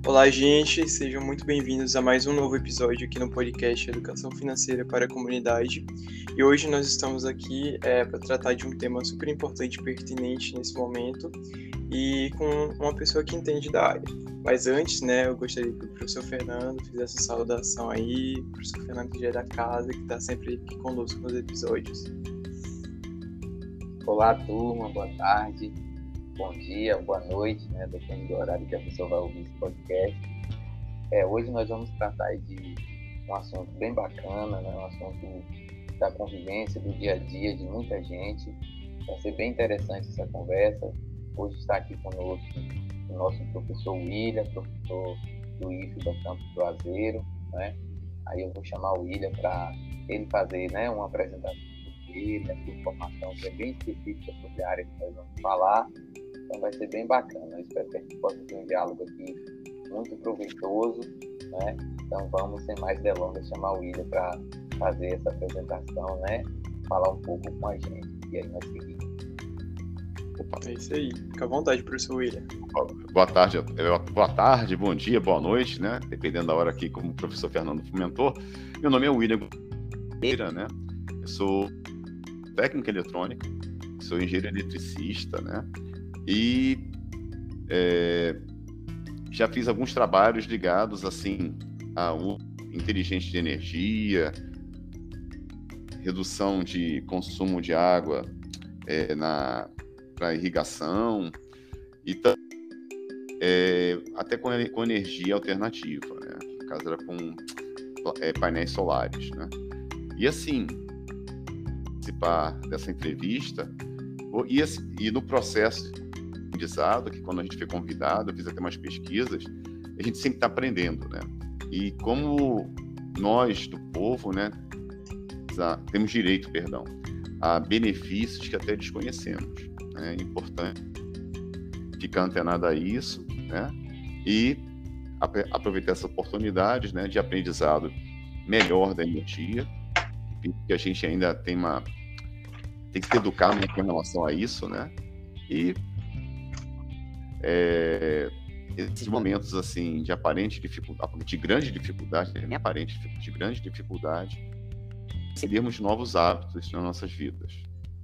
Olá, gente, sejam muito bem-vindos a mais um novo episódio aqui no podcast Educação Financeira para a Comunidade. E hoje nós estamos aqui para tratar de um tema super importante e pertinente nesse momento e com uma pessoa que entende da área. Mas antes, eu gostaria que o professor Fernando fizesse a saudação aí, o professor Fernando que já é da casa, que está sempre aqui conosco nos episódios. Olá, turma, boa tarde, bom dia, boa noite, depende do horário que a pessoa vai ouvir esse podcast. Hoje nós vamos tratar de um assunto bem bacana, um assunto da convivência, do dia a dia de muita gente. Vai ser bem interessante essa conversa. Hoje está aqui conosco o nosso professor William, professor do IFE da Campus Juazeiro, Aí eu vou chamar o William para ele fazer uma apresentação dele, a sua formação, que é bem específica sobre a área que nós vamos falar. Então vai ser bem bacana. Eu espero que a gente possa ter um diálogo aqui muito proveitoso, Então vamos, sem mais delongas, chamar o William para fazer essa apresentação, falar um pouco com a gente. E aí nós seguimos. É isso aí. Fica à vontade, professor William. Boa tarde, bom dia, boa noite, Dependendo da hora aqui, como o professor Fernando comentou. Meu nome é William, Eu sou técnico eletrônico, sou engenheiro eletricista, E já fiz alguns trabalhos ligados, assim, a inteligência de energia, redução de consumo de água para irrigação e até com energia alternativa, No caso era com painéis solares, E assim, participar dessa entrevista e no processo de aprendizado, que quando a gente foi convidado, eu fiz até umas pesquisas, a gente sempre está aprendendo, E como nós do povo, temos direito, a benefícios que até desconhecemos, É importante ficar antenado a isso, E aproveitar essa oportunidade, de aprendizado melhor da energia, que a gente ainda tem que se educar com relação a isso, E esses momentos assim de aparente dificuldade, de grande dificuldade, de grande dificuldade, seguirmos novos hábitos nas nossas vidas.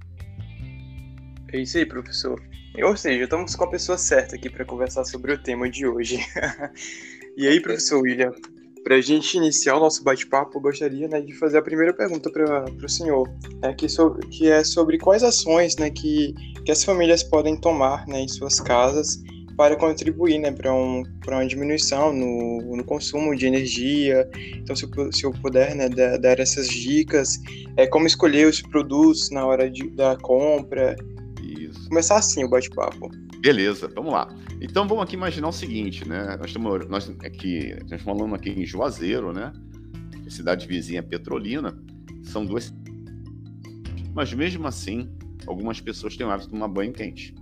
É isso aí, professor. Ou seja, estamos com a pessoa certa aqui para conversar sobre o tema de hoje. E aí, professor William, para a gente iniciar o nosso bate-papo, eu gostaria de fazer a primeira pergunta para o senhor, que é sobre quais ações que as famílias podem tomar em suas casas para contribuir para uma diminuição no consumo de energia. Então, se eu puder dar essas dicas, como escolher os produtos na hora da compra. Isso. Começar assim o bate-papo. Beleza, vamos lá. Então vamos aqui imaginar o seguinte, Nós estamos falando aqui em Juazeiro, cidade vizinha Petrolina, são duas. Mas mesmo assim, algumas pessoas têm o hábito de tomar banho quente,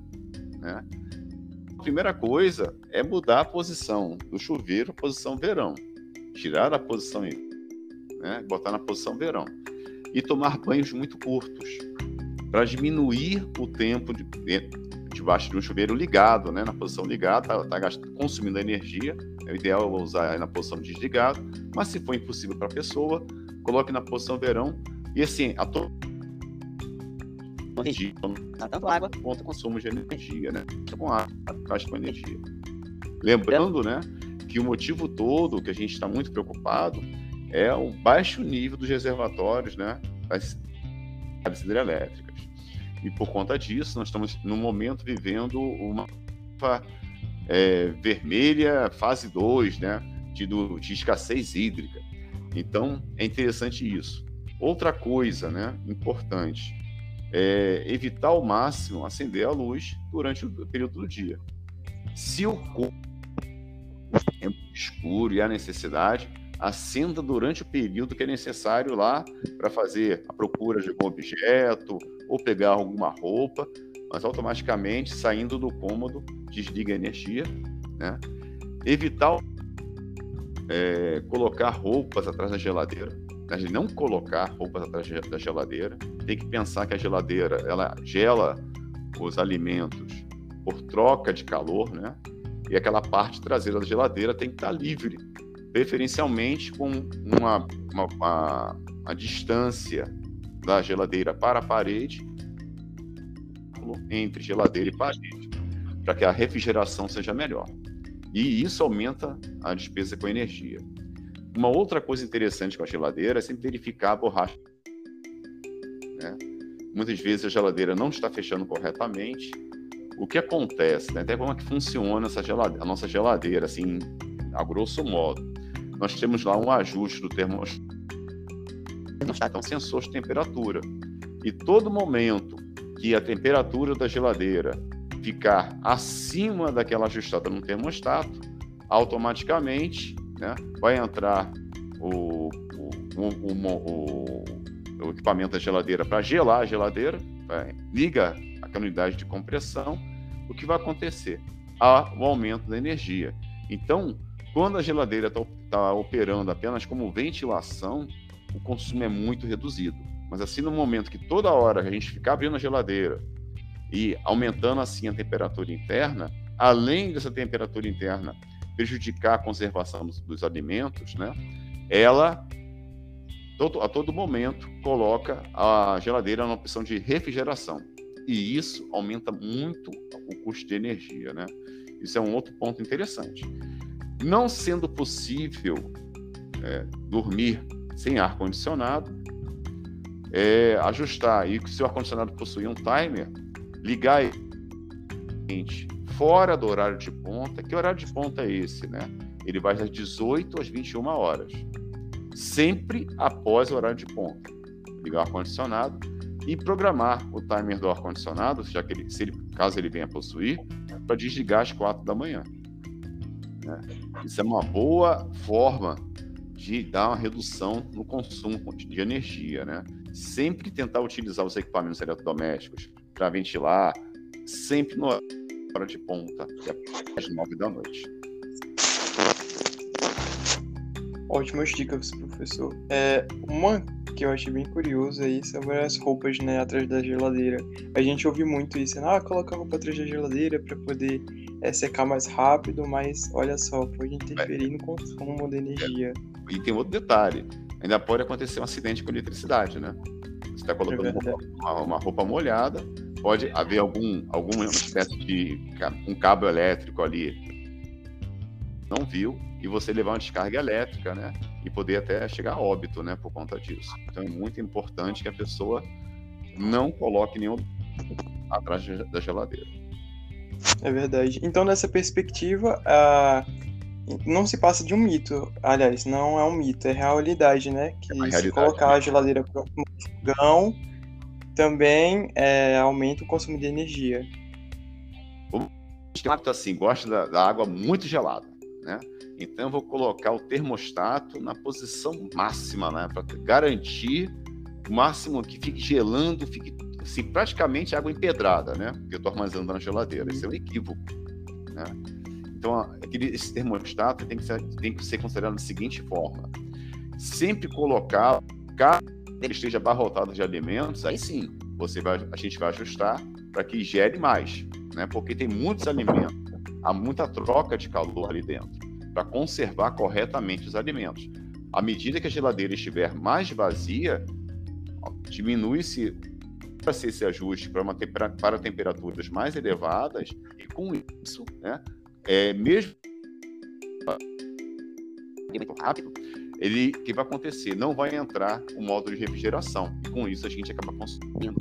A primeira coisa é mudar a posição do chuveiro, posição verão, tirar a posição, botar na posição verão e tomar banhos muito curtos para diminuir o tempo debaixo de um chuveiro ligado, na posição ligada, está consumindo energia. É o ideal é usar na posição desligado, mas se for impossível para a pessoa, coloque na posição verão e assim, tanto água quanto consumo de energia, Com água, gasta com energia. Lembrando, que o motivo todo que a gente está muito preocupado é o baixo nível dos reservatórios, das hidrelétricas. E por conta disso, nós estamos, no momento, vivendo uma vermelha, fase 2, de escassez hídrica. Então, é interessante isso. Outra coisa, importante, é evitar ao máximo acender a luz durante o período do dia. Se o corpo é muito escuro e há necessidade, acenda durante o período que é necessário lá para fazer a procura de algum objeto ou pegar alguma roupa, mas automaticamente, saindo do cômodo, desliga a energia, Evitar colocar roupas atrás da geladeira, não colocar roupas atrás da geladeira. Tem que pensar que a geladeira ela gela os alimentos por troca de calor, e aquela parte traseira da geladeira tem que estar livre, preferencialmente com uma distância da geladeira para a parede, entre geladeira e parede, para que a refrigeração seja melhor. E isso aumenta a despesa com energia. Uma outra coisa interessante com a geladeira é sempre verificar a borracha, né? Muitas vezes a geladeira não está fechando corretamente. O que acontece, né? Até como é que funciona a nossa geladeira, assim, a grosso modo. Nós temos lá um ajuste do termostato, um sensor de temperatura. E todo momento que a temperatura da geladeira ficar acima daquela ajustada no termostato, automaticamente, né, vai entrar o equipamento da geladeira para gelar a geladeira, liga aquela unidade de compressão. O que vai acontecer? Há o aumento da energia. Então, quando a geladeira está operando apenas como ventilação, o consumo é muito reduzido. Mas assim, no momento que toda hora a gente ficar abrindo a geladeira e aumentando assim a temperatura interna, além dessa temperatura interna prejudicar a conservação dos alimentos, né, ela a todo momento coloca a geladeira na opção de refrigeração. E isso aumenta muito o custo de energia, né? Isso é um outro ponto interessante. Não sendo possível dormir sem ar-condicionado, ajustar, e se o ar-condicionado possuir um timer, ligar ele fora do horário de ponta. Que horário de ponta é esse, né? Ele vai das 18 às 21 horas. Sempre após o horário de ponta. Ligar o ar-condicionado e programar o timer do ar-condicionado, caso ele venha possuir, para desligar às 4 da manhã. Né? Isso é uma boa forma de dar uma redução no consumo de energia, né? Sempre tentar utilizar os equipamentos eletrodomésticos para ventilar, sempre na hora de ponta, que é às 9 da noite. Ótimas dicas, professor. Uma que eu achei bem curioso aí sobre as roupas, né, atrás da geladeira. A gente ouve muito isso, né? Coloca a roupa atrás da geladeira para poder secar mais rápido, mas olha só, pode interferir no consumo de energia. E tem outro detalhe, ainda pode acontecer um acidente com eletricidade, né? Você está colocando uma roupa molhada, pode haver alguma espécie de um cabo elétrico ali, não viu, e você levar uma descarga elétrica, né? E poder até chegar a óbito, né? Por conta disso. Então é muito importante que a pessoa não coloque nenhum atrás da geladeira. É verdade. Então, nessa perspectiva, não se passa de um mito. Aliás, não é um mito, é realidade, né? Que se colocar a geladeira para o fogão, também aumenta o consumo de energia. O hábito assim, gosta da água muito gelada, né? Então eu vou colocar o termostato na posição máxima, né? Para garantir o máximo que fique gelando, fique assim, praticamente água empedrada, né? Que eu estou armazenando na geladeira. Isso é um equívoco, né? Então esse termostato tem que ser considerado da seguinte forma: sempre colocar, caso ele esteja abarrotado de alimentos, aí sim a gente vai ajustar para que gere mais, né? Porque tem muitos alimentos, há muita troca de calor ali dentro, para conservar corretamente os alimentos. À medida que a geladeira estiver mais vazia, diminui-se esse ajuste para temperaturas mais elevadas, e com isso, né, mesmo muito rápido, que vai acontecer? Não vai entrar o modo de refrigeração, e com isso a gente acaba consumindo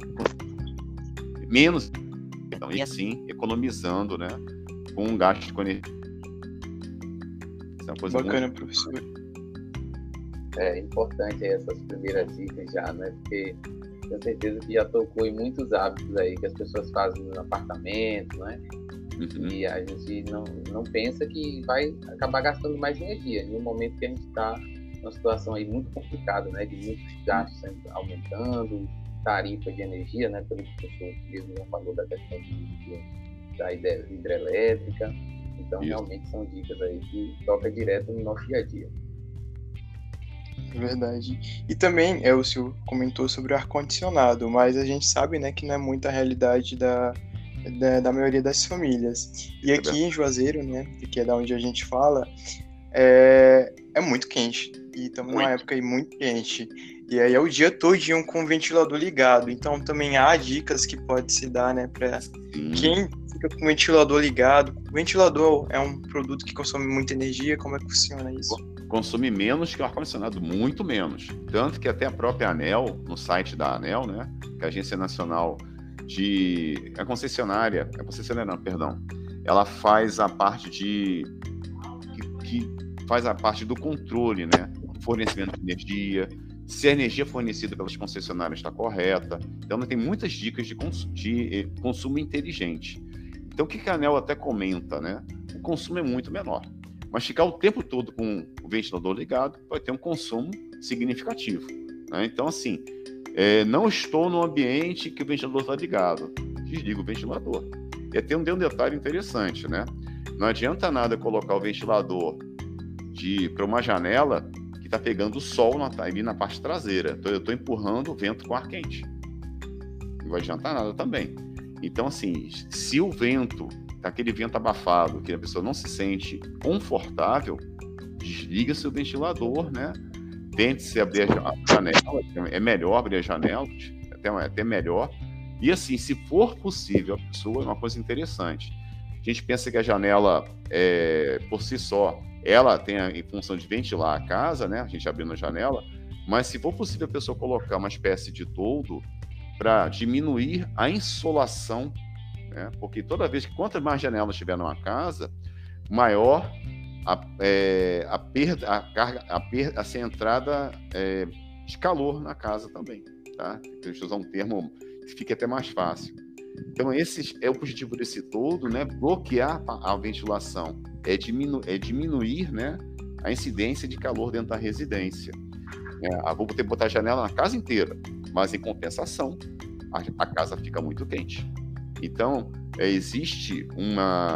menos, então, e assim economizando, né, com um gasto com energia. É uma coisa bacana, muito... professor. É importante essas primeiras dicas já, né? Porque tenho certeza que já tocou em muitos hábitos aí que as pessoas fazem no apartamento, né? Uhum. E a gente não pensa que vai acabar gastando mais energia. Em um momento que a gente está numa situação aí muito complicada, né? De muitos gastos aumentando, tarifa de energia, né? Pelo que o professor mesmo já falou da questão da hidrelétrica. Então, isso. Realmente são dicas aí que tocam direto no nosso dia a dia. É verdade. E também, o senhor comentou sobre o ar-condicionado, mas a gente sabe, né, que não é muita realidade da maioria das famílias. E aqui em Juazeiro, né, que é da onde a gente fala, é muito quente. E estamos numa época aí muito quente. E aí é o dia todinho com o ventilador ligado. Então também há dicas que pode se dar, né, para quem fica com o ventilador ligado. O ventilador é um produto que consome muita energia. Como é que funciona isso? Consome menos que o ar-condicionado, muito menos. Tanto que até a própria ANEEL, no site da ANEEL, né, que é a Agência Nacional de... A concessionária não, perdão. Ela faz a parte que faz a parte do controle, né? Fornecimento de energia, se a energia fornecida pelas concessionárias está correta. Então, tem muitas dicas de consumo inteligente. Então, o que a ANEEL até comenta, né? O consumo é muito menor. Mas ficar o tempo todo com o ventilador ligado vai ter um consumo significativo, né? Então, assim, não estou no ambiente que o ventilador está ligado. Desliga o ventilador. E até tem um detalhe interessante, né? Não adianta nada colocar o ventilador para uma janela que está pegando o sol ali na parte traseira. Então, eu estou empurrando o vento com ar quente. Não vai adiantar nada também. Então, assim, se o vento, aquele vento abafado, que a pessoa não se sente confortável, desliga seu ventilador, né? Tente-se abrir a janela, é melhor abrir a janela, até melhor. E assim, se for possível, a pessoa, é uma coisa interessante. A gente pensa que a janela, por si só, ela tem a função de ventilar a casa, né? A gente abrindo a janela, mas se for possível a pessoa colocar uma espécie de toldo para diminuir a insolação, né? Porque toda vez que quanto mais janelas tiver numa casa, maior a entrada de calor na casa também, tá? Deixa eu usar um termo que fique até mais fácil. Então, esse é o objetivo desse toldo, né? Bloquear a ventilação, diminuir, né, a incidência de calor dentro da residência. Vou ter que botar a janela na casa inteira, mas em compensação, a casa fica muito quente. Então, existe um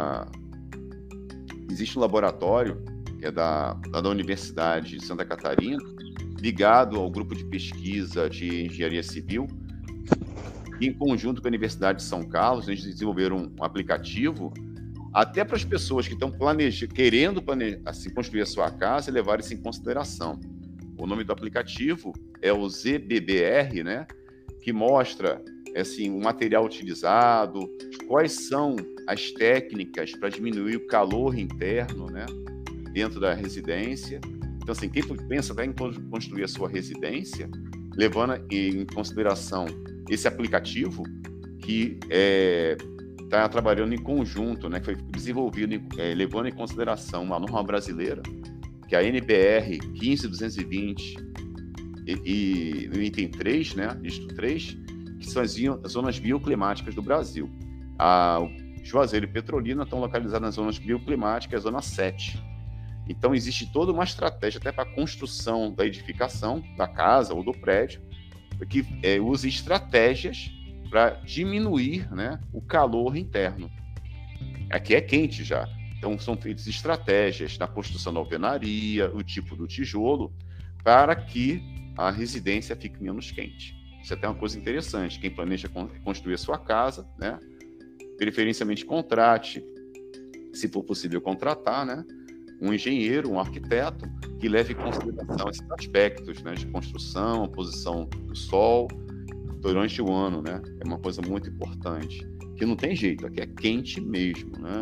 laboratório que é da Universidade de Santa Catarina, ligado ao grupo de pesquisa de engenharia civil, e em conjunto com a Universidade de São Carlos, eles desenvolveram um aplicativo até para as pessoas que estão querendo assim, construir a sua casa e levar isso em consideração. O nome do aplicativo é o ZBBR, né? Que mostra assim, o material utilizado, quais são as técnicas para diminuir o calor interno, né, dentro da residência. Então, assim, quem pensa até em construir a sua residência, levando em consideração esse aplicativo que está trabalhando em conjunto, né, que foi desenvolvido levando em consideração uma norma brasileira, que é a NBR 15220 e no item 3, né, isto 3, que são as zonas bioclimáticas do Brasil. Juazeiro e Petrolina estão localizadas nas zonas bioclimáticas, zona 7. Então, existe toda uma estratégia até para a construção da edificação, da casa ou do prédio, que use estratégias para diminuir, né, o calor interno. Aqui é quente já. Então, são feitas estratégias na construção da alvenaria, o tipo do tijolo, para que a residência fique menos quente. Isso é até uma coisa interessante. Quem planeja construir a sua casa, né, preferencialmente contrate, se for possível contratar, né, um engenheiro, um arquiteto, que leve em consideração esses aspectos, né, de construção, a posição do sol durante o ano, né? É uma coisa muito importante, que não tem jeito, aqui é quente mesmo, né?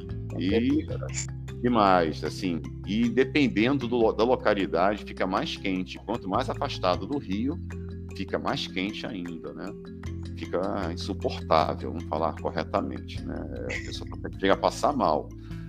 E mais, assim, e dependendo da localidade, fica mais quente. Quanto mais afastado do rio, fica mais quente ainda, né? Fica insuportável, vamos falar corretamente, né? A pessoa chega a passar mal.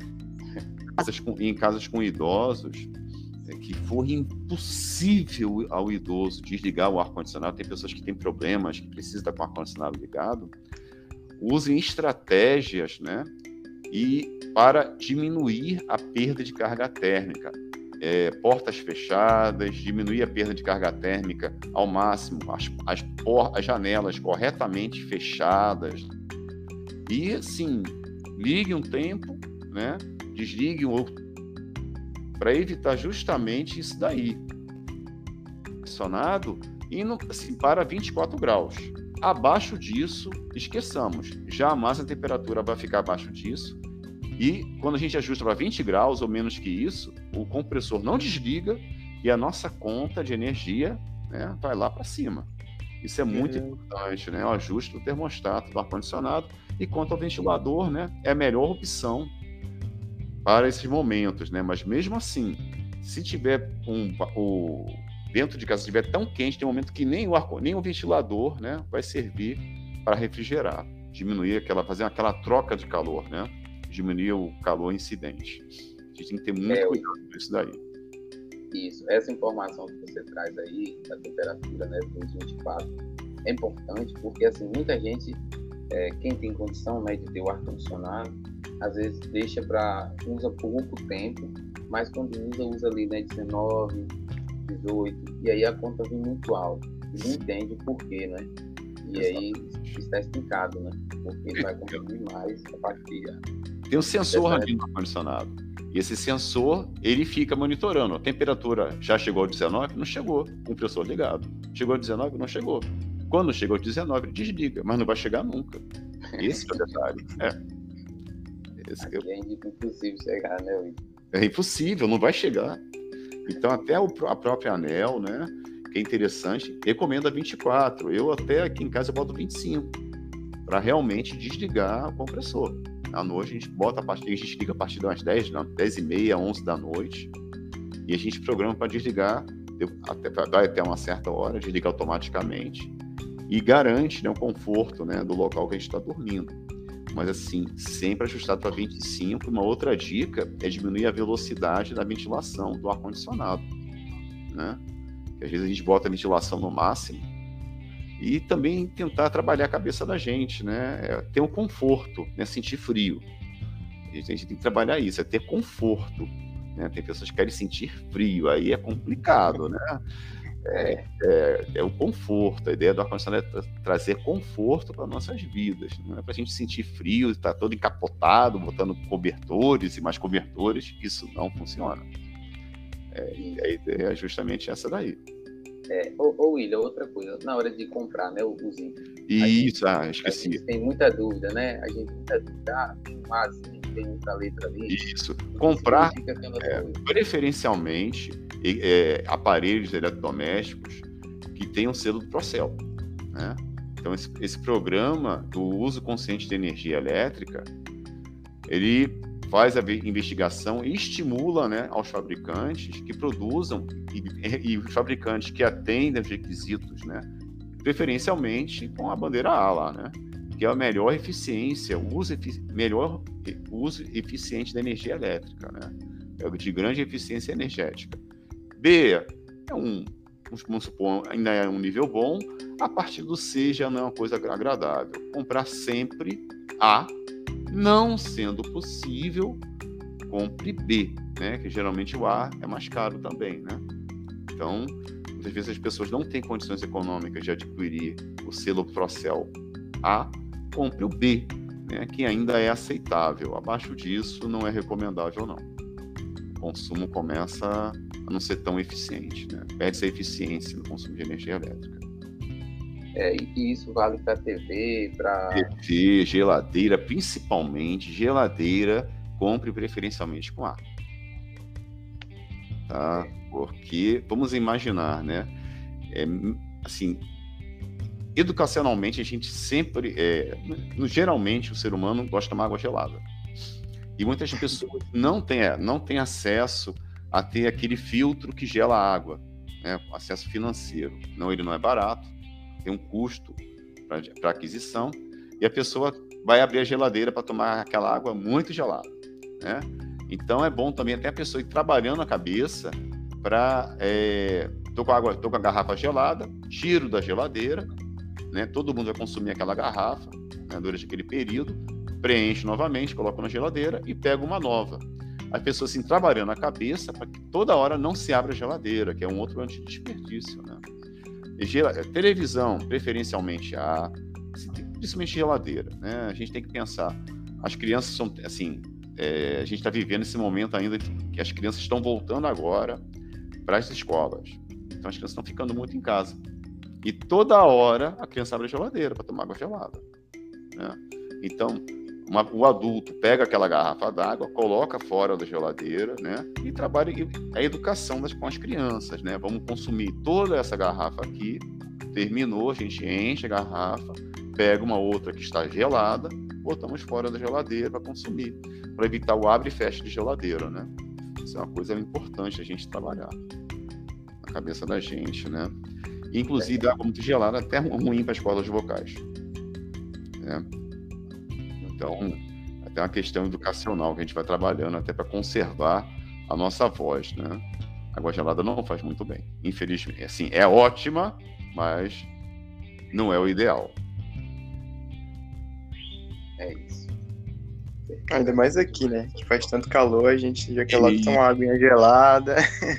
Em casas com idosos, que for impossível ao idoso desligar o ar-condicionado, tem pessoas que têm problemas, que precisam estar com o ar-condicionado ligado, usem estratégias, né, e para diminuir a perda de carga térmica. Portas fechadas, diminuir a perda de carga térmica ao máximo, as janelas corretamente fechadas. E, assim, ligue um tempo, né, desligue um outro, para evitar justamente isso daí. Acionado, indo assim, para 24 graus. abaixo disso, esqueçamos. Jamais a temperatura vai ficar abaixo disso. E quando a gente ajusta para 20 graus ou menos que isso, o compressor não desliga e a nossa conta de energia, né, vai lá para cima. Isso é muito importante, né? O ajuste do termostato do ar-condicionado. E quanto ao ventilador, né, é a melhor opção para esses momentos, né? Mas mesmo assim, se tiver dentro de casa estiver tão quente, tem um momento que nem o ventilador, né, vai servir para refrigerar, fazer aquela troca de calor, né? Diminuir o calor incidente. A gente tem que ter muito cuidado com isso daí. Isso, essa informação que você traz aí, da temperatura, né, dos 24, é importante porque, assim, muita gente, quem tem condição, né, de ter o ar-condicionado, às vezes usa por pouco tempo, mas quando usa ali, né, 19, 18, e aí a conta vem muito alta. E não entende o porquê, né? E aí está explicado, né? Porque ele vai consumir mais a partir. Tem um sensor ali no ar-condicionado. E esse sensor, ele fica monitorando. A temperatura já chegou a 19? Não chegou. O compressor ligado. Chegou a 19? Não chegou. Quando chegou a 19, ele desliga. Mas não vai chegar nunca. Esse é o detalhe. É impossível chegar, né, Will? É impossível, não vai chegar. Então, até a própria ANEEL, né, que é interessante, recomenda 24. Eu até aqui em casa eu boto 25 para realmente desligar o compressor. À noite a gente liga a partir das 10h30, 11 da noite, e a gente programa para desligar, vai até uma certa hora, desliga automaticamente, e garante, né, o conforto, né, do local que a gente está dormindo. Mas assim, sempre ajustado para 25. Uma outra dica é diminuir a velocidade da ventilação do ar-condicionado, né? Porque às vezes a gente bota a ventilação no máximo. E também tentar trabalhar a cabeça da gente, né? Ter um conforto, né? Sentir frio. A gente tem que trabalhar isso, é ter conforto, né? Tem pessoas que querem sentir frio, aí é complicado, né? É o conforto. A ideia do ar-condicionado é trazer conforto para nossas vidas. Não é para a gente sentir frio, estar todo encapotado, botando cobertores e mais cobertores. Isso não funciona. A ideia é justamente essa daí. William, outra coisa, na hora de comprar, né, os itens. Isso, esqueci. A gente tem muita dúvida, né? Tem um Azinho, tem outra letra ali. Isso. Comprar, preferencialmente, aparelhos eletrodomésticos que tenham selo do Procel, né? Então, esse programa do uso consciente de energia elétrica, ele faz a investigação e estimula, né, aos fabricantes que produzam e os fabricantes que atendem os requisitos, né, preferencialmente com a bandeira A lá, né, que é a melhor eficiência, melhor uso eficiente da energia elétrica, né, é de grande eficiência energética. B vamos supor, ainda é um nível bom, a partir do C já não é uma coisa agradável. Comprar sempre A, não sendo possível, compre B, né? Que geralmente o A é mais caro também, né? Então, muitas vezes as pessoas não têm condições econômicas de adquirir o selo Procel A, compre o B, né? Que ainda é aceitável. Abaixo disso, não é recomendável, não. O consumo começa a não ser tão eficiente, né? Perde-se a eficiência no consumo de energia elétrica. E isso vale para TV, para... TV, geladeira, principalmente geladeira, compre preferencialmente com ar. Tá? Porque, vamos imaginar, né? Assim, educacionalmente, a gente sempre... geralmente, o ser humano gosta de tomar água gelada. E muitas pessoas não têm acesso a ter aquele filtro que gela a água, né? Acesso financeiro. Ele não é barato, tem um custo para aquisição, e a pessoa vai abrir a geladeira para tomar aquela água muito gelada, né? Então é bom também até a pessoa ir trabalhando a cabeça para... tô com a garrafa gelada, tiro da geladeira, né? Todo mundo vai consumir aquela garrafa, né, durante aquele período, preenche novamente, coloca na geladeira e pega uma nova. A pessoa assim, trabalhando a cabeça para que toda hora não se abra a geladeira, que é um outro antidesperdício, né? Televisão, preferencialmente principalmente geladeira, né? A gente tem que pensar, as crianças são assim, a gente está vivendo esse momento ainda que as crianças estão voltando agora para as escolas, então as crianças estão ficando muito em casa, E toda hora a criança abre a geladeira para tomar água gelada, né? Então, o adulto pega aquela garrafa d'água, coloca fora da geladeira, né? E trabalha a educação com as crianças, né? Vamos consumir toda essa garrafa aqui, terminou, a gente enche a garrafa, pega uma outra que está gelada, botamos fora da geladeira para consumir, para evitar o abre e fecha de geladeira, né? Isso é uma coisa importante a gente trabalhar na cabeça da gente, né? Inclusive, água muito gelada é até ruim para as cordas vocais, né? Então, até uma questão educacional que a gente vai trabalhando até para conservar a nossa voz, né? Água gelada não faz muito bem, infelizmente. Assim, é ótima, mas não é o ideal. É isso. Ainda mais aqui, né? Que faz tanto calor, a gente já quer logo tomar uma aguinha gelada.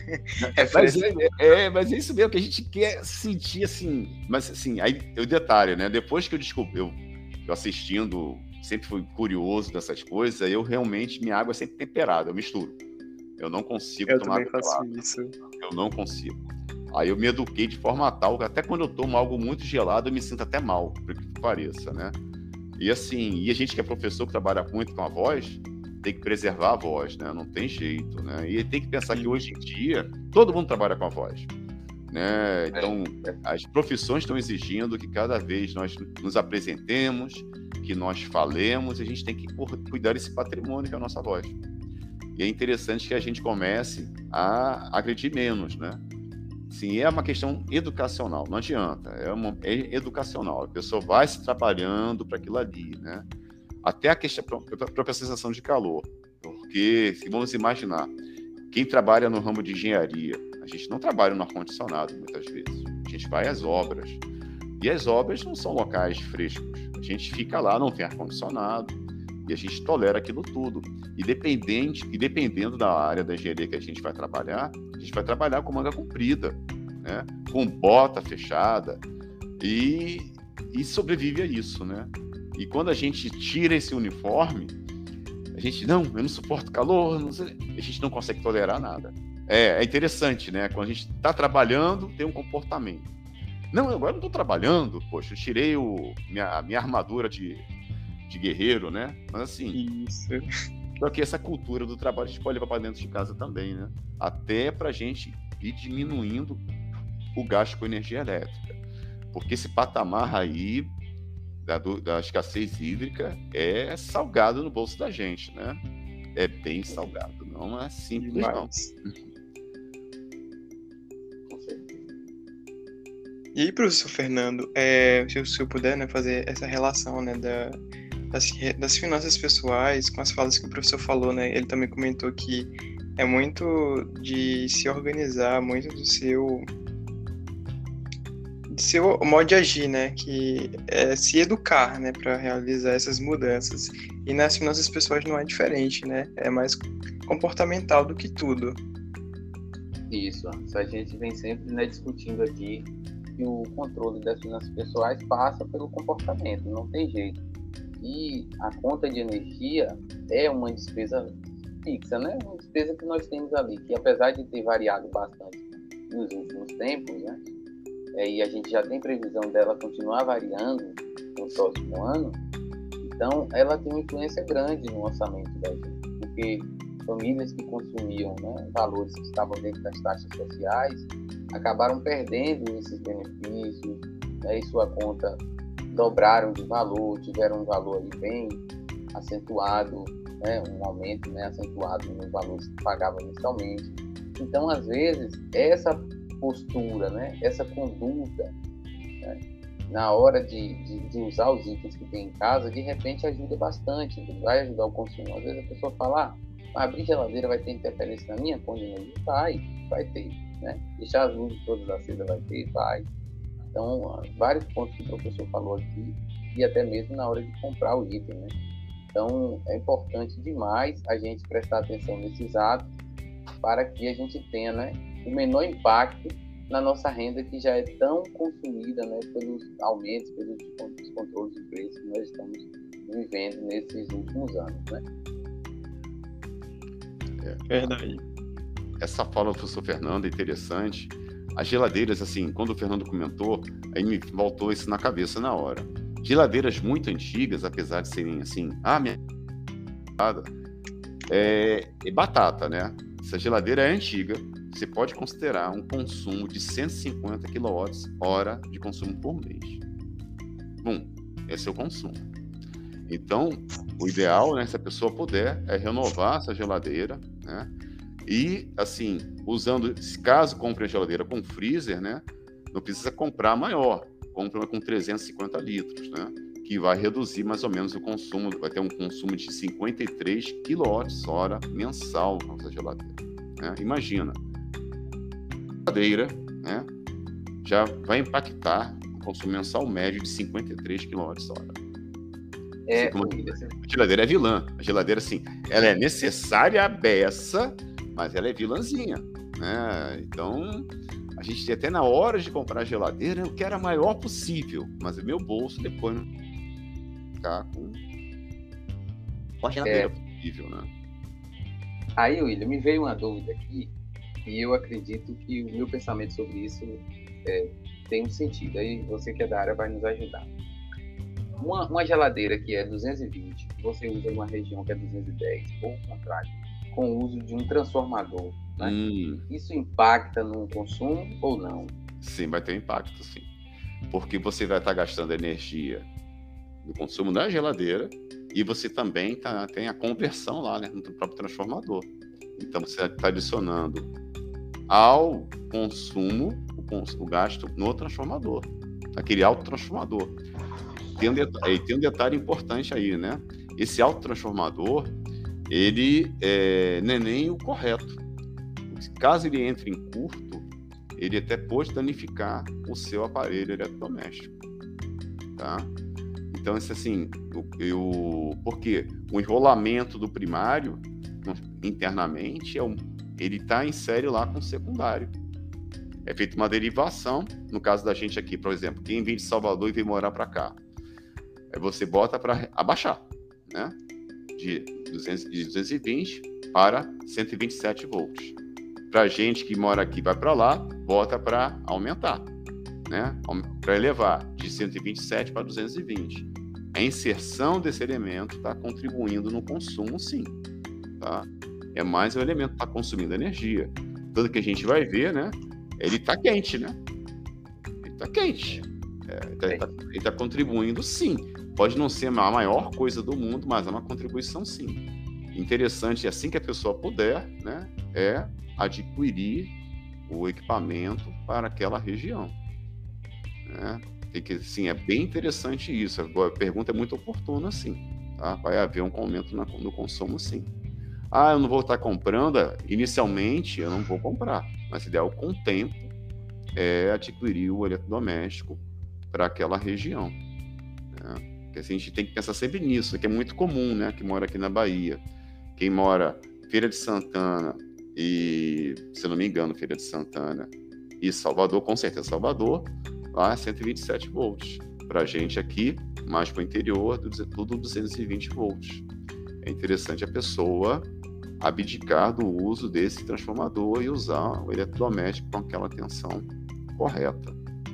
Mas é isso mesmo que a gente quer sentir, assim. Mas, assim, aí o detalhe, né? Depois que eu descobri, eu assistindo, sempre fui curioso dessas coisas, aí eu realmente, minha água é sempre temperada, eu misturo. Eu não consigo tomar água gelada. Eu também faço isso. Eu não consigo. Aí eu me eduquei de forma tal que até quando eu tomo algo muito gelado, eu me sinto até mal, por que pareça, né? E assim, e a gente que é professor, que trabalha muito com a voz, tem que preservar a voz, né? Não tem jeito, né? E tem que pensar que hoje em dia, todo mundo trabalha com a voz, né? Então, as profissões estão exigindo que cada vez nós nos apresentemos, que nós falemos, e a gente tem que cuidar desse patrimônio que é a nossa voz. E é interessante que a gente comece a agredir menos, né? Sim, é uma questão educacional, não adianta, é educacional, a pessoa vai se trabalhando para aquilo ali, né? Até a questão, a própria sensação de calor, porque, se vamos imaginar, quem trabalha no ramo de engenharia, a gente não trabalha no ar-condicionado muitas vezes, a gente vai às obras, e as obras não são locais frescos, a gente fica lá, não tem ar-condicionado, e a gente tolera aquilo tudo, e dependendo da área da engenharia que a gente vai trabalhar com manga comprida, né? Com bota fechada, e sobrevive a isso, né? E quando a gente tira esse uniforme, a gente, eu não suporto calor, a gente não consegue tolerar nada. É interessante, né? Quando a gente está trabalhando, tem um comportamento. Não, agora eu não estou trabalhando, poxa, eu tirei minha armadura de guerreiro, né? Mas assim... Isso. Só que essa cultura do trabalho a gente pode levar para dentro de casa também, né? Até para a gente ir diminuindo o gasto com energia elétrica. Porque esse patamar aí da escassez hídrica é salgado no bolso da gente, né? É bem salgado, não é simples, demais. Não. E aí, professor Fernando, se o senhor puder, né, fazer essa relação, né, das finanças pessoais com as falas que o professor falou, né? Ele também comentou que é muito de se organizar, muito do seu modo de agir, né? Que é se educar, né, para realizar essas mudanças. E nas finanças pessoais não é diferente, né? É mais comportamental do que tudo. Isso. A gente vem sempre, né, discutindo aqui que o controle das finanças pessoais passa pelo comportamento, não tem jeito. E a conta de energia é uma despesa fixa, né? Uma despesa que nós temos ali, que apesar de ter variado bastante nos últimos tempos, né? E a gente já tem previsão dela continuar variando no próximo ano, então ela tem uma influência grande no orçamento da gente, porque famílias que consumiam, né, valores que estavam dentro das taxas sociais acabaram perdendo esses benefícios, né, e sua conta dobraram de valor, tiveram um valor ali bem acentuado, né, um aumento, né, acentuado nos valores que pagavam mensalmente. Então, às vezes, essa postura, né, essa conduta, né, na hora de usar os itens que tem em casa, de repente ajuda bastante, vai ajudar o consumo. Às vezes a pessoa fala, abrir geladeira vai ter interferência na minha conta de energia? Vai ter, né? Deixar as luzes todas acesas vai. Então, vários pontos que o professor falou aqui, e até mesmo na hora de comprar o item, né? Então, é importante demais a gente prestar atenção nesses atos para que a gente tenha, né, o menor impacto na nossa renda, que já é tão consumida, né, pelos aumentos, pelos descontroles de preços que nós estamos vivendo nesses últimos anos, né? Verdade. Essa fala do professor Fernando é interessante, as geladeiras, assim, quando o Fernando comentou, aí me voltou isso na cabeça na hora. Geladeiras muito antigas, apesar de serem assim, minha é batata, né? Essa geladeira é antiga, você pode considerar um consumo de 150 kWh de consumo por mês. Esse é o consumo. Então, o ideal, né, se a pessoa puder, é renovar essa geladeira, né? E, assim, caso compre a geladeira com freezer, né, não precisa comprar maior, compra uma com 350 litros, né, que vai reduzir mais ou menos o consumo, vai ter um consumo de 53 kWh mensal nessa geladeira, né? Imagina, a geladeira, né, já vai impactar o consumo mensal médio de 53 kWh. A geladeira é vilã. A geladeira, assim, ela é necessária a beça, mas ela é vilãzinha, né? Então, a gente até na hora de comprar a geladeira, eu quero a maior possível, mas o meu bolso depois não ficar com a geladeira possível, né? Aí, William, me veio uma dúvida aqui, e eu acredito que o meu pensamento sobre isso tem um sentido. Aí você que é da área vai nos ajudar. Uma geladeira que é 220, você usa numa região que é 210, ou o contrário, com o uso de um transformador, né? Isso impacta no consumo ou não? Sim, vai ter impacto, sim. Porque você vai estar gastando energia no consumo da geladeira e você também tem a conversão lá, né, no próprio transformador. Então, você está adicionando ao consumo o gasto no transformador, aquele autotransformador. Tem um detalhe importante aí, né? Esse autotransformador, ele não é nem o correto. Caso ele entre em curto, ele até pode danificar o seu aparelho eletrodoméstico, tá? Então, isso assim, porque o enrolamento do primário, internamente, ele está em série lá com o secundário. É feita uma derivação, no caso da gente aqui, por exemplo, quem vem de Salvador e vem morar para cá, você bota para abaixar, né? De 220 para 127 volts. Para gente que mora aqui, vai para lá, bota para aumentar, né? Para elevar de 127 para 220. A inserção desse elemento está contribuindo no consumo, sim, tá? É mais um elemento que está consumindo energia. Tanto que a gente vai ver, né? Ele está quente, né? Ele está quente. Ele está contribuindo, sim. Pode não ser a maior coisa do mundo, mas é uma contribuição, sim. Interessante, assim que a pessoa puder, né, é adquirir o equipamento para aquela região, né? Sim, é bem interessante isso. A pergunta é muito oportuna, sim, tá? Vai haver um aumento no consumo, sim. Eu não vou estar comprando, inicialmente eu não vou comprar, mas ideal com o tempo é adquirir o eletrodoméstico para aquela região, né? Porque assim, a gente tem que pensar sempre nisso, que é muito comum, né? Que mora aqui na Bahia. Quem mora Feira de Santana e, se não me engano, Feira de Santana e Salvador, com certeza Salvador, lá é 127 volts. Para a gente aqui, mais para o interior, tudo 220 volts. É interessante a pessoa abdicar do uso desse transformador e usar o eletrodoméstico com aquela tensão correta.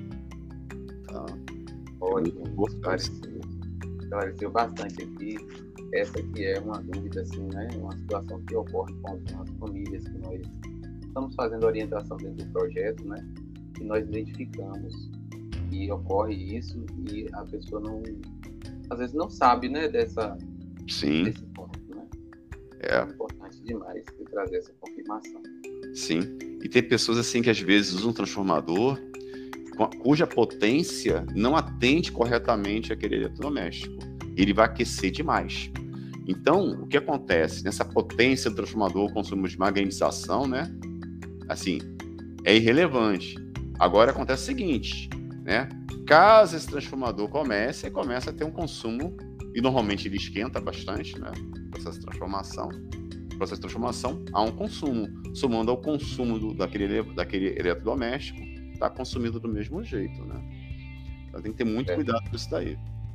Tá? Ótimo, esclareceu bastante aqui. Essa aqui é uma dúvida, assim, né? Uma situação que ocorre com algumas famílias que nós estamos fazendo orientação dentro do projeto, né? E nós identificamos que ocorre isso e a pessoa às vezes não sabe, né? Desse ponto, né? É importante demais trazer essa confirmação. Sim. E tem pessoas assim que às vezes usam um transformador cuja potência não atende corretamente aquele eletrodoméstico. Ele vai aquecer demais. Então, o que acontece? Nessa potência do transformador, o consumo de magnetização, né? Assim, é irrelevante. Agora acontece o seguinte, né? Caso esse transformador começa a ter um consumo, e normalmente ele esquenta bastante, né? Processo de transformação, há um consumo. Somando ao consumo daquele eletrodoméstico, está consumido do mesmo jeito, né? Então tem que ter muito cuidado com isso daí.